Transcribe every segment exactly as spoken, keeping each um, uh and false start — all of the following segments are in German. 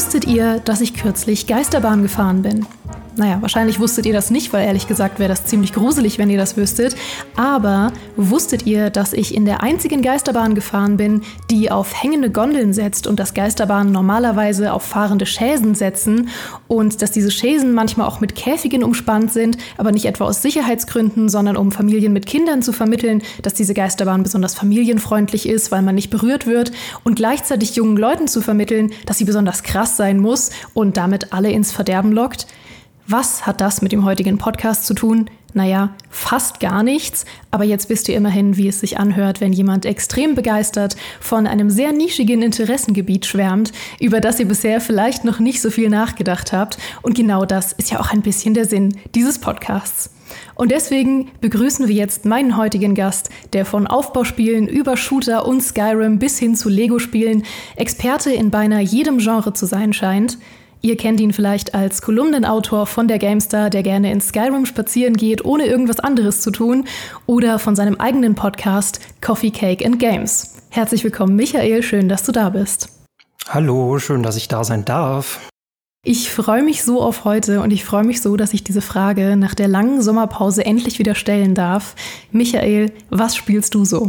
Wusstet ihr, dass ich kürzlich Geisterbahn gefahren bin? Naja, wahrscheinlich wusstet ihr das nicht, weil ehrlich gesagt wäre das ziemlich gruselig, wenn ihr das wüsstet. Aber wusstet ihr, dass ich in der einzigen Geisterbahn gefahren bin, die auf hängende Gondeln setzt und dass Geisterbahnen normalerweise auf fahrende Chaisen setzen und dass diese Chaisen manchmal auch mit Käfigen umspannt sind, aber nicht etwa aus Sicherheitsgründen, sondern um Familien mit Kindern zu vermitteln, dass diese Geisterbahn besonders familienfreundlich ist, weil man nicht berührt wird und gleichzeitig jungen Leuten zu vermitteln, dass sie besonders krass sein muss und damit alle ins Verderben lockt? Was hat das mit dem heutigen Podcast zu tun? Naja, fast gar nichts, aber jetzt wisst ihr immerhin, wie es sich anhört, wenn jemand extrem begeistert von einem sehr nischigen Interessengebiet schwärmt, über das ihr bisher vielleicht noch nicht so viel nachgedacht habt. Und genau das ist ja auch ein bisschen der Sinn dieses Podcasts. Und deswegen begrüßen wir jetzt meinen heutigen Gast, der von Aufbauspielen über Shooter und Skyrim bis hin zu Lego-Spielen Experte in beinahe jedem Genre zu sein scheint. Ihr kennt ihn vielleicht als Kolumnenautor von der GameStar, der gerne in Skyrim spazieren geht, ohne irgendwas anderes zu tun, oder von seinem eigenen Podcast Coffee, Cake and Games. Herzlich willkommen, Michael, schön, dass du da bist. Hallo, schön, dass ich da sein darf. Ich freue mich so auf heute und ich freue mich so, dass ich diese Frage nach der langen Sommerpause endlich wieder stellen darf. Michael, was spielst du so?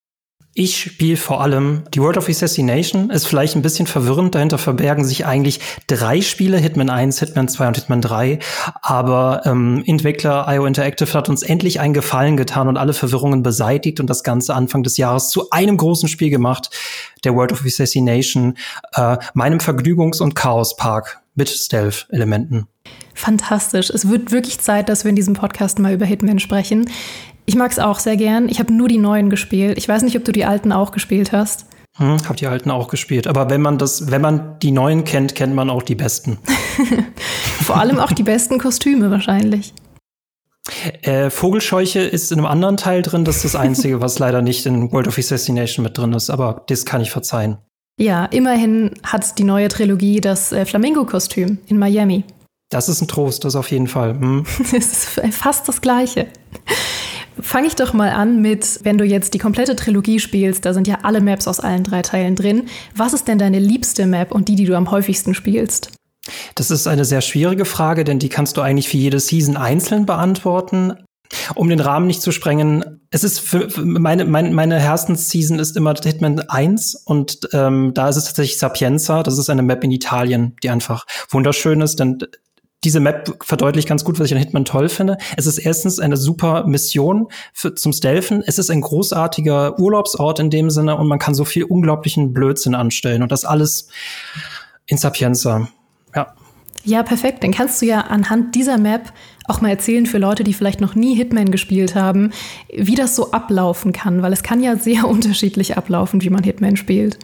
Ich spiele vor allem die World of Assassination, ist vielleicht ein bisschen verwirrend, dahinter verbergen sich eigentlich drei Spiele, Hitman eins, Hitman zwei und Hitman drei, aber ähm, Entwickler I O Interactive hat uns endlich einen Gefallen getan und alle Verwirrungen beseitigt und das Ganze Anfang des Jahres zu einem großen Spiel gemacht, der World of Assassination, äh, meinem Vergnügungs- und Chaospark mit Stealth-Elementen. Fantastisch. Es wird wirklich Zeit, dass wir in diesem Podcast mal über Hitman sprechen. Ich mag es auch sehr gern. Ich habe nur die neuen gespielt. Ich weiß nicht, ob du die alten auch gespielt hast. Hm, hab die alten auch gespielt. Aber wenn man das, wenn man die neuen kennt, kennt man auch die besten. Vor allem auch die besten Kostüme wahrscheinlich. Äh, Vogelscheuche ist in einem anderen Teil drin. Das ist das Einzige, was leider nicht in World of Assassination mit drin ist. Aber das kann ich verzeihen. Ja, immerhin hat die neue Trilogie das äh, Flamingo-Kostüm in Miami. Das ist ein Trost, das auf jeden Fall. Hm. Es ist fast das Gleiche. Fange ich doch mal an mit, wenn du jetzt die komplette Trilogie spielst, da sind ja alle Maps aus allen drei Teilen drin. Was ist denn deine liebste Map und die, die du am häufigsten spielst? Das ist eine sehr schwierige Frage, denn die kannst du eigentlich für jede Season einzeln beantworten. Um den Rahmen nicht zu sprengen, es ist für, für meine, meine, meine Herzensseason ist immer Hitman eins und ähm, da ist es tatsächlich Sapienza. Das ist eine Map in Italien, die einfach wunderschön ist, denn diese Map verdeutlicht ganz gut, was ich an Hitman toll finde. Es ist erstens eine super Mission für, zum Stealthen. Es ist ein großartiger Urlaubsort in dem Sinne und man kann so viel unglaublichen Blödsinn anstellen und das alles in Sapienza. Ja. Ja, perfekt. Dann kannst du ja anhand dieser Map auch mal erzählen für Leute, die vielleicht noch nie Hitman gespielt haben, wie das so ablaufen kann, weil es kann ja sehr unterschiedlich ablaufen, wie man Hitman spielt.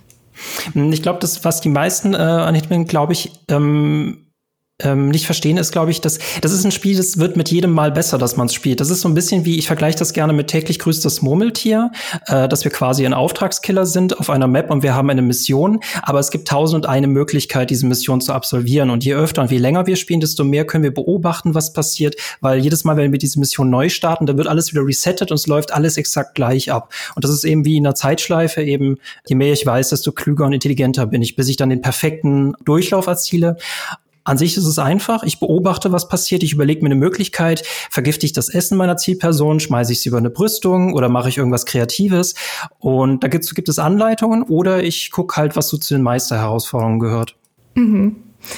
Ich glaube, das, was die meisten äh, an Hitman, glaube ich, ähm Ähm, nicht verstehen, ist, glaube ich, dass das ist ein Spiel, das wird mit jedem Mal besser, dass man es spielt. Das ist so ein bisschen wie, ich vergleiche das gerne mit täglich grüßt das Murmeltier, äh, dass wir quasi ein Auftragskiller sind auf einer Map und wir haben eine Mission, aber es gibt tausend und eine Möglichkeit, diese Mission zu absolvieren. Und je öfter und je länger wir spielen, desto mehr können wir beobachten, was passiert, weil jedes Mal, wenn wir diese Mission neu starten, dann wird alles wieder resettet und es läuft alles exakt gleich ab. Und das ist eben wie in einer Zeitschleife eben, je mehr ich weiß, desto klüger und intelligenter bin ich, bis ich dann den perfekten Durchlauf erziele. An sich ist es einfach. Ich beobachte, was passiert. Ich überlege mir eine Möglichkeit. Vergifte ich das Essen meiner Zielperson? Schmeiße ich sie über eine Brüstung? Oder mache ich irgendwas Kreatives? Und da gibt, gibt es Anleitungen. Oder ich gucke halt, was so zu den Meisterherausforderungen gehört. Mhm.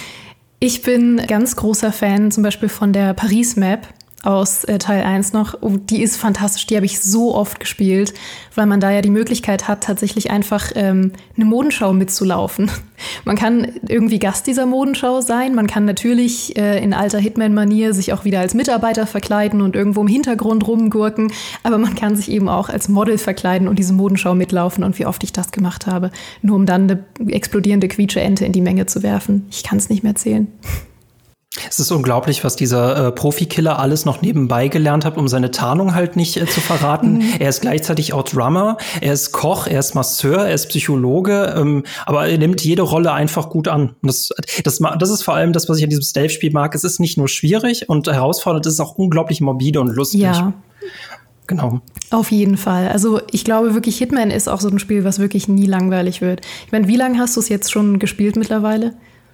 Ich bin ganz großer Fan zum Beispiel von der Paris-Map aus äh, Teil eins noch. Oh, die ist fantastisch, die habe ich so oft gespielt, weil man da ja die Möglichkeit hat, tatsächlich einfach ähm, eine Modenschau mitzulaufen. Man kann irgendwie Gast dieser Modenschau sein, man kann natürlich äh, in alter Hitman-Manier sich auch wieder als Mitarbeiter verkleiden und irgendwo im Hintergrund rumgurken, aber man kann sich eben auch als Model verkleiden und diese Modenschau mitlaufen und wie oft ich das gemacht habe, nur um dann eine explodierende Quietsche-Ente in die Menge zu werfen. Ich kann es nicht mehr zählen. Es ist unglaublich, was dieser äh, Profikiller alles noch nebenbei gelernt hat, um seine Tarnung halt nicht äh, zu verraten. Mhm. Er ist gleichzeitig auch Drummer, er ist Koch, er ist Masseur, er ist Psychologe, ähm, aber er nimmt jede Rolle einfach gut an. Das, das, das ist vor allem das, was ich an diesem Stealth-Spiel mag. Es ist nicht nur schwierig und herausfordernd, es ist auch unglaublich morbide und lustig. Ja. Genau. Auf jeden Fall. Also ich glaube wirklich, Hitman ist auch so ein Spiel, was wirklich nie langweilig wird. Ich meine, wie lange hast du es jetzt schon gespielt mittlerweile?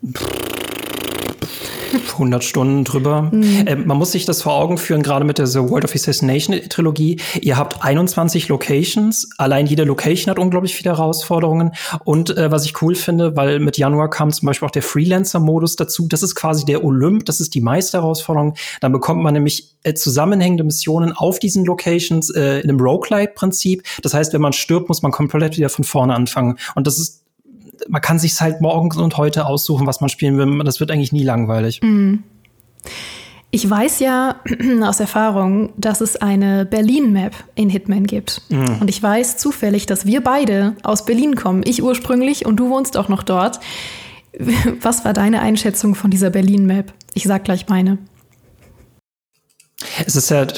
hundert Stunden drüber. Mhm. Äh, man muss sich das vor Augen führen, gerade mit der The World of Assassination-Trilogie. Ihr habt einundzwanzig Locations. Allein jede Location hat unglaublich viele Herausforderungen. Und äh, was ich cool finde, weil mit Januar kam zum Beispiel auch der Freelancer-Modus dazu. Das ist quasi der Olymp. Das ist die meiste Herausforderung. Dann bekommt man nämlich äh, zusammenhängende Missionen auf diesen Locations äh, in einem Roguelite-Prinzip. Das heißt, wenn man stirbt, muss man komplett wieder von vorne anfangen. Und das ist man kann sich's halt morgens und heute aussuchen, was man spielen will. Das wird eigentlich nie langweilig. Ich weiß ja aus Erfahrung, dass es eine Berlin-Map in Hitman gibt. Mm. Und ich weiß zufällig, dass wir beide aus Berlin kommen. Ich ursprünglich und du wohnst auch noch dort. Was war deine Einschätzung von dieser Berlin-Map? Ich sag gleich meine. Es ist ja,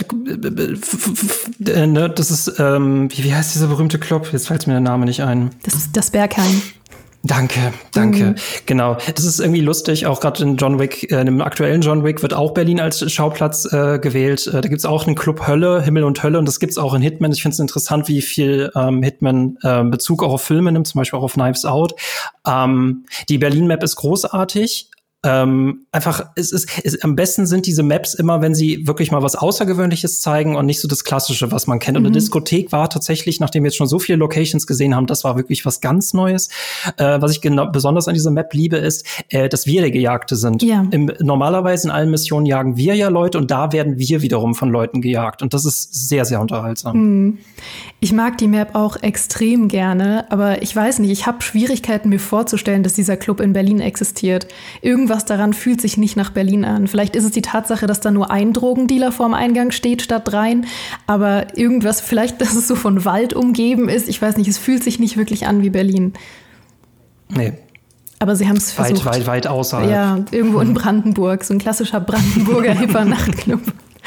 ne, das ist, ähm, wie, wie heißt dieser berühmte Club? Jetzt fällt mir der Name nicht ein. Das ist das Berghain. Danke, danke. Mhm. Genau. Das ist irgendwie lustig. Auch gerade in John Wick, äh, in dem aktuellen John Wick wird auch Berlin als Schauplatz äh, gewählt. Äh, da gibt's auch einen Club Hölle, Himmel und Hölle. Und das gibt's auch in Hitman. Ich finde es interessant, wie viel ähm, Hitman äh, Bezug auch auf Filme nimmt, zum Beispiel auch auf Knives Out. Ähm, die Berlin-Map ist großartig. Ähm, einfach, es ist, es, am besten sind diese Maps immer, wenn sie wirklich mal was Außergewöhnliches zeigen und nicht so das Klassische, was man kennt. Mhm. Und eine Diskothek war tatsächlich, nachdem wir jetzt schon so viele Locations gesehen haben, das war wirklich was ganz Neues. Äh, was ich genau, besonders an dieser Map liebe, ist, äh, dass wir der Gejagte sind. Ja. Im, normalerweise in allen Missionen jagen wir ja Leute und da werden wir wiederum von Leuten gejagt. Und das ist sehr, sehr unterhaltsam. Mhm. Ich mag die Map auch extrem gerne, aber ich weiß nicht, ich habe Schwierigkeiten, mir vorzustellen, dass dieser Club in Berlin existiert. Irgendwas daran fühlt sich nicht nach Berlin an. Vielleicht ist es die Tatsache, dass da nur ein Drogendealer vorm Eingang steht statt dreien, aber irgendwas, vielleicht, dass es so von Wald umgeben ist. Ich weiß nicht, es fühlt sich nicht wirklich an wie Berlin. Nee. Aber sie haben es versucht. Weit, weit, weit außerhalb. Ja, irgendwo in Brandenburg, so ein klassischer Brandenburger hipper Nachtclub.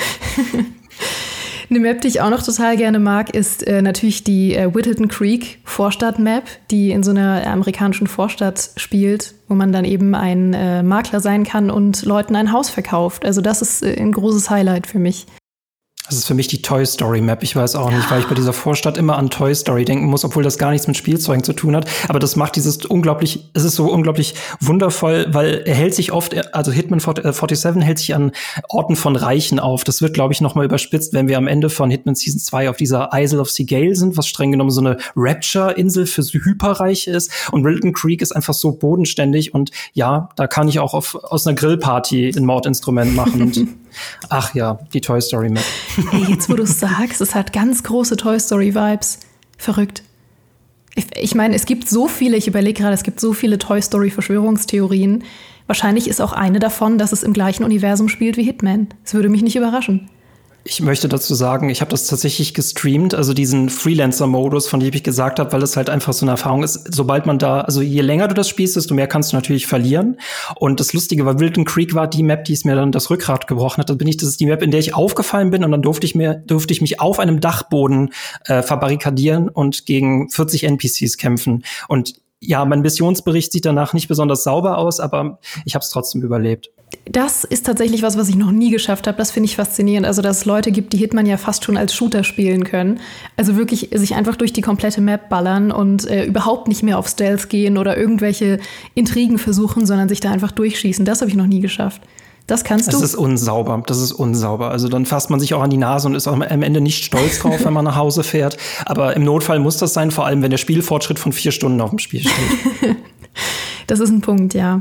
Eine Map, die ich auch noch total gerne mag, ist äh, natürlich die äh, Whittleton Creek Vorstadt-Map, die in so einer amerikanischen Vorstadt spielt, wo man dann eben ein äh, Makler sein kann und Leuten ein Haus verkauft. Also das ist äh, ein großes Highlight für mich. Das ist für mich die Toy Story Map. Ich weiß auch nicht, weil ich bei dieser Vorstadt immer an Toy Story denken muss, obwohl das gar nichts mit Spielzeugen zu tun hat. Aber das macht dieses unglaublich, es ist so unglaublich wundervoll, weil er hält sich oft, also Hitman siebenundvierzig hält sich an Orten von Reichen auf. Das wird, glaube ich, noch mal überspitzt, wenn wir am Ende von Hitman Season zwei auf dieser Isle of Seagale sind, was streng genommen so eine Rapture-Insel für so Hyperreiche ist. Und Whittleton Creek ist einfach so bodenständig. Und ja, da kann ich auch auf, aus einer Grillparty ein Mordinstrument machen. Und ach ja, die Toy Story Map. Ey, jetzt wo du es sagst, es hat ganz große Toy Story Vibes. Verrückt. Ich, ich meine, es gibt so viele, ich überlege gerade, es gibt so viele Toy Story Verschwörungstheorien. Wahrscheinlich ist auch eine davon, dass es im gleichen Universum spielt wie Hitman. Das würde mich nicht überraschen. Ich möchte dazu sagen, ich habe das tatsächlich gestreamt, also diesen Freelancer-Modus, von dem ich gesagt habe, weil es halt einfach so eine Erfahrung ist. Sobald man da, also je länger du das spielst, desto mehr kannst du natürlich verlieren. Und das Lustige war, Whittleton Creek war die Map, die es mir dann das Rückgrat gebrochen hat. Da bin ich, das ist die Map, in der ich aufgefallen bin und dann durfte ich mir, durfte ich mich auf einem Dachboden äh, verbarrikadieren und gegen vierzig N P Cs kämpfen. Und ja, mein Missionsbericht sieht danach nicht besonders sauber aus, aber ich habe es trotzdem überlebt. Das ist tatsächlich was, was ich noch nie geschafft habe. Das finde ich faszinierend. Also, dass es Leute gibt, die Hitman ja fast schon als Shooter spielen können. Also wirklich sich einfach durch die komplette Map ballern und äh, überhaupt nicht mehr auf Stealth gehen oder irgendwelche Intrigen versuchen, sondern sich da einfach durchschießen. Das habe ich noch nie geschafft. Das kannst du? Das ist unsauber. Das ist unsauber. Also dann fasst man sich auch an die Nase und ist auch am Ende nicht stolz drauf, wenn man nach Hause fährt. Aber im Notfall muss das sein, vor allem wenn der Spielfortschritt von vier Stunden auf dem Spiel steht. Das ist ein Punkt, ja.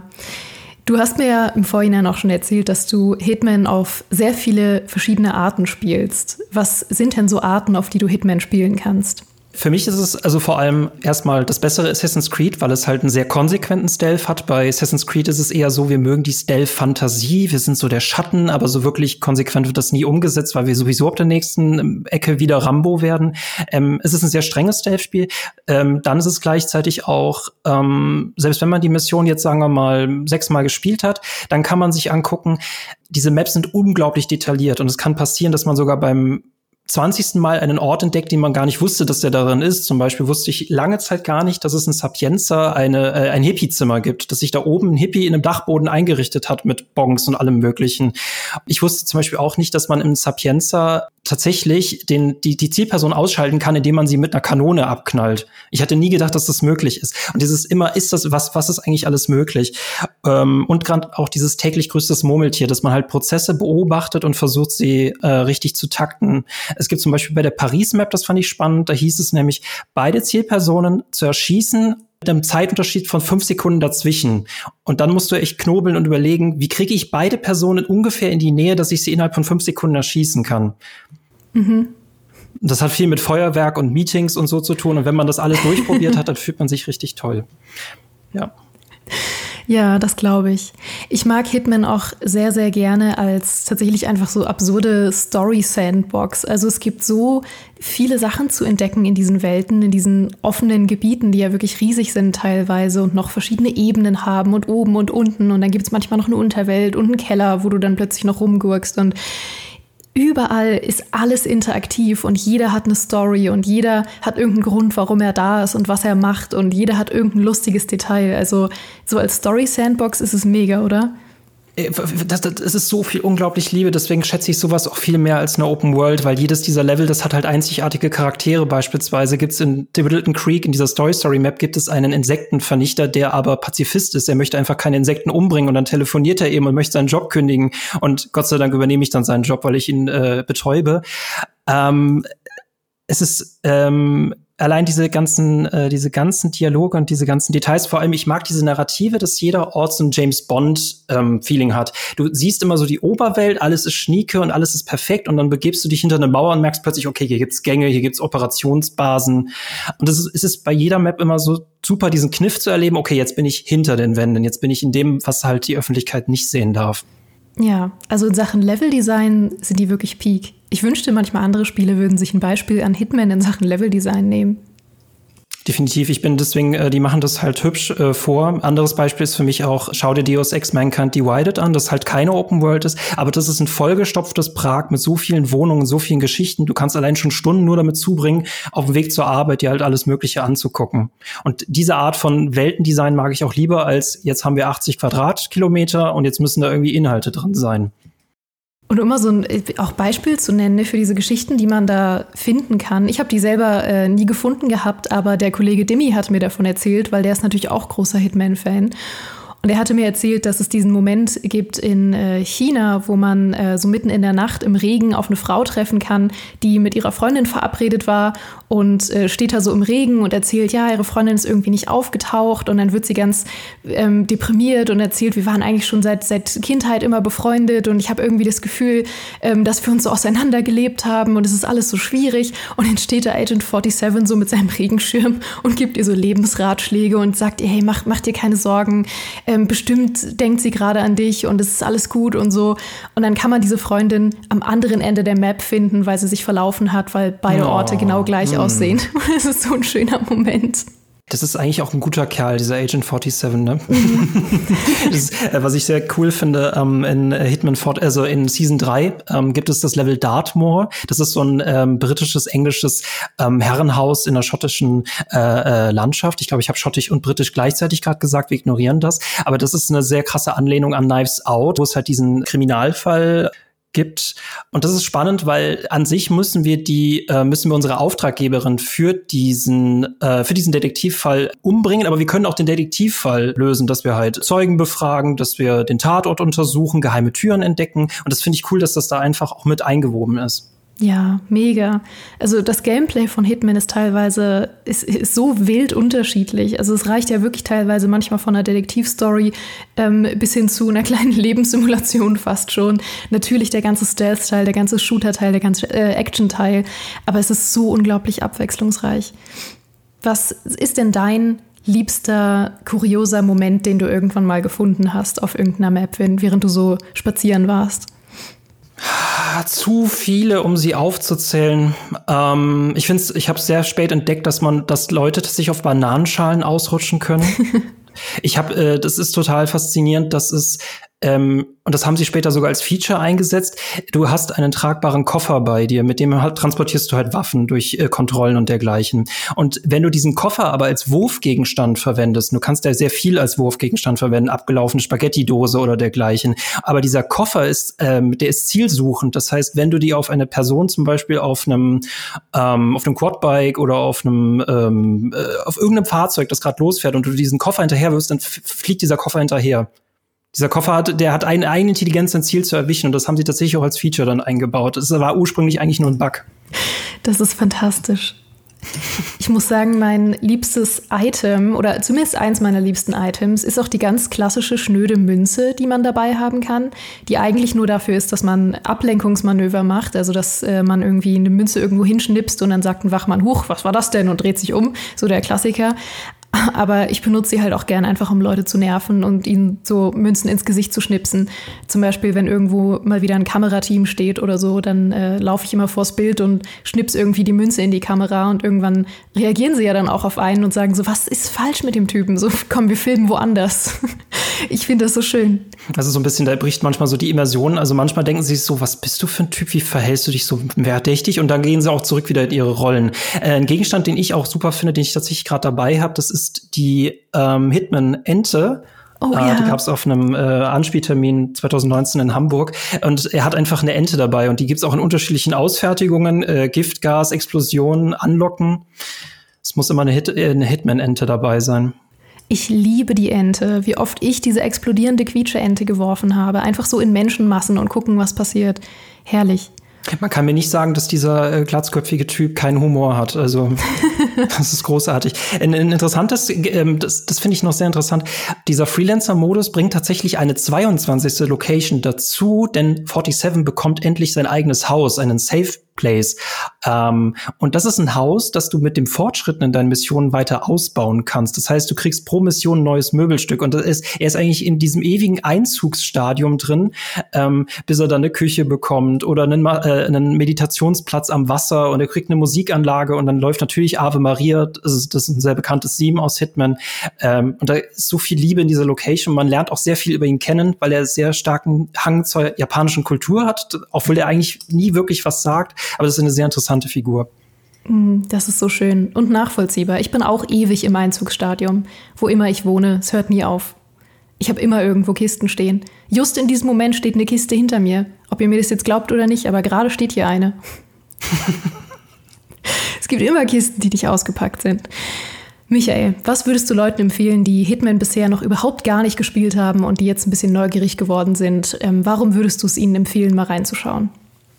Du hast mir ja im Vorhinein auch schon erzählt, dass du Hitman auf sehr viele verschiedene Arten spielst. Was sind denn so Arten, auf die du Hitman spielen kannst? Für mich ist es also vor allem erstmal das bessere Assassin's Creed, weil es halt einen sehr konsequenten Stealth hat. Bei Assassin's Creed ist es eher so, wir mögen die Stealth-Fantasie, wir sind so der Schatten, aber so wirklich konsequent wird das nie umgesetzt, weil wir sowieso auf der nächsten Ecke wieder Rambo werden. Ähm, es ist ein sehr strenges Stealth-Spiel. Ähm, dann ist es gleichzeitig auch, ähm, selbst wenn man die Mission jetzt, sagen wir mal, sechsmal gespielt hat, dann kann man sich angucken, diese Maps sind unglaublich detailliert und es kann passieren, dass man sogar beim zwanzigsten Mal einen Ort entdeckt, den man gar nicht wusste, dass der darin ist. Zum Beispiel wusste ich lange Zeit gar nicht, dass es in Sapienza eine, äh, ein Hippie-Zimmer gibt, dass sich da oben ein Hippie in einem Dachboden eingerichtet hat mit Bongs und allem Möglichen. Ich wusste zum Beispiel auch nicht, dass man in Sapienza tatsächlich den, die, die Zielperson ausschalten kann, indem man sie mit einer Kanone abknallt. Ich hatte nie gedacht, dass das möglich ist. Und dieses immer, ist das, was, was ist eigentlich alles möglich? Ähm, und gerade auch dieses täglich grüßtes Murmeltier, dass man halt Prozesse beobachtet und versucht, sie äh, richtig zu takten. Es gibt zum Beispiel bei der Paris-Map, das fand ich spannend, da hieß es nämlich, beide Zielpersonen zu erschießen mit einem Zeitunterschied von fünf Sekunden dazwischen. Und dann musst du echt knobeln und überlegen, wie kriege ich beide Personen ungefähr in die Nähe, dass ich sie innerhalb von fünf Sekunden erschießen kann. Mhm. Das hat viel mit Feuerwerk und Meetings und so zu tun. Und wenn man das alles durchprobiert hat, dann fühlt man sich richtig toll. Ja. Ja, das glaube ich. Ich mag Hitman auch sehr, sehr gerne als tatsächlich einfach so absurde Story-Sandbox. Also es gibt so viele Sachen zu entdecken in diesen Welten, in diesen offenen Gebieten, die ja wirklich riesig sind teilweise und noch verschiedene Ebenen haben und oben und unten. Und dann gibt es manchmal noch eine Unterwelt und einen Keller, wo du dann plötzlich noch rumgurkst. Und überall ist alles interaktiv und jeder hat eine Story und jeder hat irgendeinen Grund, warum er da ist und was er macht und jeder hat irgendein lustiges Detail. Also so als Story-Sandbox ist es mega, oder? Das, das, das ist so viel unglaublich Liebe, deswegen schätze ich sowas auch viel mehr als eine Open World, weil jedes dieser Level, das hat halt einzigartige Charaktere. Beispielsweise gibt's in Middleton Creek, in dieser Story-Story-Map, gibt es einen Insektenvernichter, der aber Pazifist ist. Er möchte einfach keine Insekten umbringen und dann telefoniert er eben und möchte seinen Job kündigen. Und Gott sei Dank übernehme ich dann seinen Job, weil ich ihn äh, betäube. Ähm, es ist ähm, Allein diese ganzen, äh, diese ganzen Dialoge und diese ganzen Details, vor allem, ich mag diese Narrative, dass jeder Ort so ein James-Bond-Feeling ähm, hat. Du siehst immer so die Oberwelt, alles ist schnieke und alles ist perfekt und dann begebst du dich hinter eine Mauer und merkst plötzlich, okay, hier gibt's Gänge, hier gibt's Operationsbasen. Und das ist, ist es bei jeder Map immer so super, diesen Kniff zu erleben, okay, jetzt bin ich hinter den Wänden, jetzt bin ich in dem, was halt die Öffentlichkeit nicht sehen darf. Ja, also in Sachen Leveldesign sind die wirklich peak. Ich wünschte, manchmal andere Spiele würden sich ein Beispiel an Hitman in Sachen Leveldesign nehmen. Definitiv, ich bin deswegen, äh, die machen das halt hübsch äh, vor. Anderes Beispiel ist für mich auch, schau dir Deus Ex Mankind Divided an, das halt keine Open World ist, aber das ist ein vollgestopftes Prag mit so vielen Wohnungen, so vielen Geschichten. Du kannst allein schon Stunden nur damit zubringen, auf dem Weg zur Arbeit dir halt alles Mögliche anzugucken. Und diese Art von Weltendesign mag ich auch lieber als, jetzt haben wir achtzig Quadratkilometer und jetzt müssen da irgendwie Inhalte drin sein. Und um mal so ein auch Beispiel zu nennen, ne, für diese Geschichten, die man da finden kann. Ich habe die selber äh, nie gefunden gehabt, aber der Kollege Dimmi hat mir davon erzählt, weil der ist natürlich auch großer Hitman-Fan. Und er hatte mir erzählt, dass es diesen Moment gibt in äh, China, wo man äh, so mitten in der Nacht im Regen auf eine Frau treffen kann, die mit ihrer Freundin verabredet war und äh, steht da so im Regen und erzählt, ja, ihre Freundin ist irgendwie nicht aufgetaucht und dann wird sie ganz ähm, deprimiert und erzählt, wir waren eigentlich schon seit, seit Kindheit immer befreundet und ich habe irgendwie das Gefühl, ähm, dass wir uns so auseinandergelebt haben und es ist alles so schwierig und dann steht da Agent siebenundvierzig so mit seinem Regenschirm und gibt ihr so Lebensratschläge und sagt ihr, hey, mach, mach dir keine Sorgen, Ähm, bestimmt denkt sie gerade an dich und es ist alles gut und so. Und dann kann man diese Freundin am anderen Ende der Map finden, weil sie sich verlaufen hat, weil beide oh, Orte genau gleich mm. aussehen. Es ist so ein schöner Moment. Das ist eigentlich auch ein guter Kerl, dieser Agent siebenundvierzig, ne? Das ist, äh, was ich sehr cool finde, ähm, in Hitman, also in Season drei ähm, gibt es das Level Dartmoor. Das ist so ein ähm, britisches, englisches ähm, Herrenhaus in der schottischen äh, äh, Landschaft. Ich glaube, ich habe schottisch und britisch gleichzeitig gerade gesagt, wir ignorieren das. Aber das ist eine sehr krasse Anlehnung an Knives Out, wo es halt diesen Kriminalfall gibt. Und das ist spannend, weil an sich müssen wir die, äh, müssen wir unsere Auftraggeberin für diesen, äh, für diesen Detektivfall umbringen, aber wir können auch den Detektivfall lösen, dass wir halt Zeugen befragen, dass wir den Tatort untersuchen, geheime Türen entdecken. Und das finde ich cool, dass das da einfach auch mit eingewoben ist. Ja, mega. Also das Gameplay von Hitman ist teilweise ist, ist so wild unterschiedlich. Also es reicht ja wirklich teilweise manchmal von einer Detektivstory ähm, bis hin zu einer kleinen Lebenssimulation fast schon. Natürlich der ganze Stealth-Teil, der ganze Shooter-Teil, der ganze äh, Action-Teil. Aber es ist so unglaublich abwechslungsreich. Was ist denn dein liebster, kurioser Moment, den du irgendwann mal gefunden hast auf irgendeiner Map, während du so spazieren warst? Zu viele, um sie aufzuzählen. Ähm, ich finde, ich habe sehr spät entdeckt, dass man, dass Leute sich auf Bananenschalen ausrutschen können. Ich habe, äh, das ist total faszinierend, dass es ähm, und das haben sie später sogar als Feature eingesetzt, du hast einen tragbaren Koffer bei dir, mit dem halt transportierst du halt Waffen durch äh, Kontrollen und dergleichen. Und wenn du diesen Koffer aber als Wurfgegenstand verwendest, du kannst ja sehr viel als Wurfgegenstand verwenden, abgelaufene Spaghetti-Dose oder dergleichen, aber dieser Koffer ist, ähm, der ist zielsuchend. Das heißt, wenn du die auf eine Person zum Beispiel auf einem ähm, auf einem Quadbike oder auf einem ähm, äh, auf irgendeinem Fahrzeug, das gerade losfährt und du diesen Koffer hinterher wirfst, dann f- fliegt dieser Koffer hinterher. Dieser Koffer hat, der hat eine eigene Intelligenz, ein Ziel zu erwischen, und das haben sie tatsächlich auch als Feature dann eingebaut. Das war ursprünglich eigentlich nur ein Bug. Das ist fantastisch. Ich muss sagen, mein liebstes Item, oder zumindest eins meiner liebsten Items, ist auch die ganz klassische schnöde Münze, die man dabei haben kann, die eigentlich nur dafür ist, dass man Ablenkungsmanöver macht, also dass äh, man irgendwie eine Münze irgendwo hinschnipst und dann sagt ein Wachmann, huch, was war das denn, und dreht sich um, so der Klassiker. Aber ich benutze sie halt auch gern einfach, um Leute zu nerven und ihnen so Münzen ins Gesicht zu schnipsen. Zum Beispiel, wenn irgendwo mal wieder ein Kamerateam steht oder so, dann äh, laufe ich immer vors Bild und schnips irgendwie die Münze in die Kamera, und irgendwann reagieren sie ja dann auch auf einen und sagen so, was ist falsch mit dem Typen? So, komm, wir filmen woanders. Ich finde das so schön. Also so ein bisschen, da bricht manchmal so die Immersion. Also manchmal denken sie sich so, was bist du für ein Typ? Wie verhältst du dich so verdächtig? Und dann gehen sie auch zurück wieder in ihre Rollen. Äh, ein Gegenstand, den ich auch super finde, den ich tatsächlich gerade dabei habe, das ist die ähm, Hitman-Ente. Oh, äh, ja. Die gab es auf einem äh, Anspieltermin zwanzig neunzehn in Hamburg. Und er hat einfach eine Ente dabei. Und die gibt's auch in unterschiedlichen Ausfertigungen. Äh, Giftgas, Explosionen, Anlocken. Es muss immer eine, Hit- äh, eine Hitman-Ente dabei sein. Ich liebe die Ente, wie oft ich diese explodierende Quietsche-Ente geworfen habe. Einfach so in Menschenmassen und gucken, was passiert. Herrlich. Man kann mir nicht sagen, dass dieser äh, glatzköpfige Typ keinen Humor hat. Also das ist großartig. Ein, ein interessantes, ähm, das, das finde ich noch sehr interessant, dieser Freelancer-Modus bringt tatsächlich eine zweiundzwanzigste Location dazu, denn siebenundvierzig bekommt endlich sein eigenes Haus, einen Safe Place. Ähm, und das ist ein Haus, das du mit dem Fortschritten in deinen Missionen weiter ausbauen kannst. Das heißt, du kriegst pro Mission ein neues Möbelstück. Und das ist, er ist eigentlich in diesem ewigen Einzugsstadium drin, ähm, bis er dann eine Küche bekommt oder einen, äh, einen Meditationsplatz am Wasser, und er kriegt eine Musikanlage, und dann läuft natürlich Ave Maria. Das ist, das ist ein sehr bekanntes Theme aus Hitman. Ähm, und da ist so viel Liebe in dieser Location. Man lernt auch sehr viel über ihn kennen, weil er sehr starken Hang zur japanischen Kultur hat, obwohl er eigentlich nie wirklich was sagt. Aber das ist eine sehr interessante Figur. Das ist so schön und nachvollziehbar. Ich bin auch ewig im Einzugsstadium. Wo immer ich wohne, es hört nie auf. Ich habe immer irgendwo Kisten stehen. Just in diesem Moment steht eine Kiste hinter mir. Ob ihr mir das jetzt glaubt oder nicht, aber gerade steht hier eine. Es gibt immer Kisten, die nicht ausgepackt sind. Michael, was würdest du Leuten empfehlen, die Hitman bisher noch überhaupt gar nicht gespielt haben und die jetzt ein bisschen neugierig geworden sind? Ähm, warum würdest du es ihnen empfehlen, mal reinzuschauen?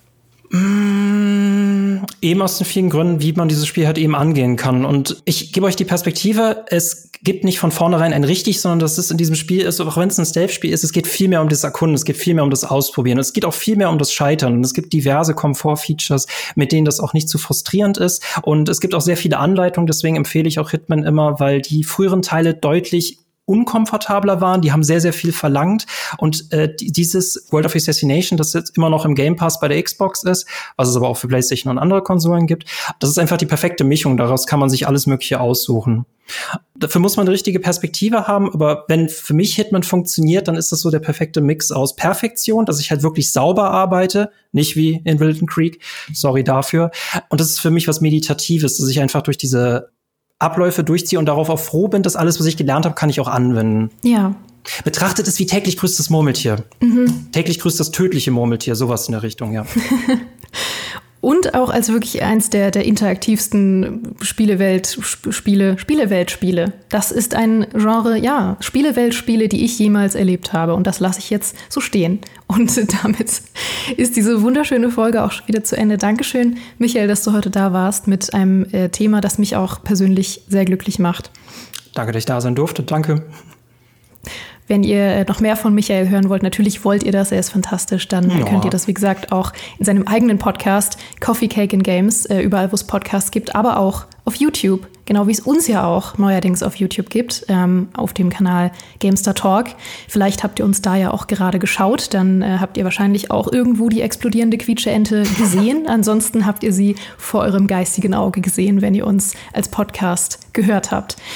Mm, eben aus den vielen Gründen, wie man dieses Spiel halt eben angehen kann. Und ich gebe euch die Perspektive, es gibt nicht von vornherein ein richtig, sondern dass es in diesem Spiel ist, auch wenn es ein Stealth-Spiel ist, es geht viel mehr um das Erkunden, es geht viel mehr um das Ausprobieren, es geht auch viel mehr um das Scheitern. Und es gibt diverse Komfort-Features, mit denen das auch nicht zu frustrierend ist. Und es gibt auch sehr viele Anleitungen, deswegen empfehle ich auch Hitman immer, weil die früheren Teile deutlich unkomfortabler waren, die haben sehr, sehr viel verlangt, und äh, dieses World of Assassination, das jetzt immer noch im Game Pass bei der Xbox ist, was es aber auch für PlayStation und andere Konsolen gibt, das ist einfach die perfekte Mischung, daraus kann man sich alles Mögliche aussuchen. Dafür muss man eine richtige Perspektive haben, aber wenn für mich Hitman funktioniert, dann ist das so der perfekte Mix aus Perfektion, dass ich halt wirklich sauber arbeite, nicht wie in Wilton Creek, sorry dafür, und das ist für mich was Meditatives, dass ich einfach durch diese Abläufe durchziehe und darauf auch froh bin, dass alles, was ich gelernt habe, kann ich auch anwenden. Ja. Betrachtet es wie täglich grüßt das Murmeltier. Mhm. Täglich grüßt das tödliche Murmeltier, sowas in der Richtung, ja. Und auch als wirklich eins der, der interaktivsten Spielewelt-Spiele, Spieleweltspiele. Das ist ein Genre, ja, Spieleweltspiele, die ich jemals erlebt habe. Und das lasse ich jetzt so stehen. Und damit ist diese wunderschöne Folge auch schon wieder zu Ende. Dankeschön, Michael, dass du heute da warst mit einem äh, Thema, das mich auch persönlich sehr glücklich macht. Danke, dass ich da sein durfte. Danke. Wenn ihr noch mehr von Michael hören wollt, natürlich wollt ihr das, er ist fantastisch, dann ja. könnt ihr das, wie gesagt, auch in seinem eigenen Podcast Coffee, Cake and Games, äh, überall, wo es Podcasts gibt, aber auch auf YouTube, genau wie es uns ja auch neuerdings auf YouTube gibt, ähm, auf dem Kanal Gamestar Talk. Vielleicht habt ihr uns da ja auch gerade geschaut, dann äh, habt ihr wahrscheinlich auch irgendwo die explodierende Quietsche-Ente gesehen. Ansonsten habt ihr sie vor eurem geistigen Auge gesehen, wenn ihr uns als Podcast gehört habt.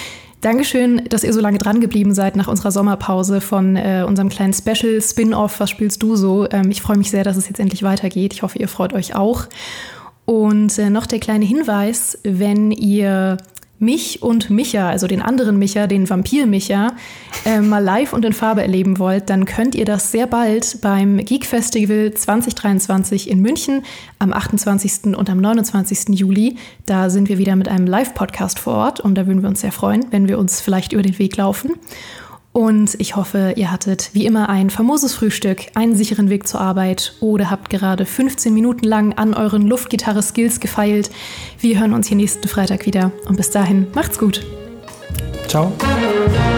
Dankeschön, dass ihr so lange dran geblieben seid nach unserer Sommerpause von äh, unserem kleinen Special Spin-Off. Was spielst du so? Ähm, ich freue mich sehr, dass es jetzt endlich weitergeht. Ich hoffe, ihr freut euch auch. Und äh, noch der kleine Hinweis, wenn ihr mich und Micha, also den anderen Micha, den Vampir-Micha, äh, mal live und in Farbe erleben wollt, dann könnt ihr das sehr bald beim Geek Festival zwanzig dreiundzwanzig in München am achtundzwanzigsten und am neunundzwanzigsten Juli. Da sind wir wieder mit einem Live-Podcast vor Ort und da würden wir uns sehr freuen, wenn wir uns vielleicht über den Weg laufen. Und ich hoffe, ihr hattet wie immer ein famoses Frühstück, einen sicheren Weg zur Arbeit oder habt gerade fünfzehn Minuten lang an euren Luftgitarre-Skills gefeilt. Wir hören uns hier nächsten Freitag wieder und bis dahin macht's gut. Ciao.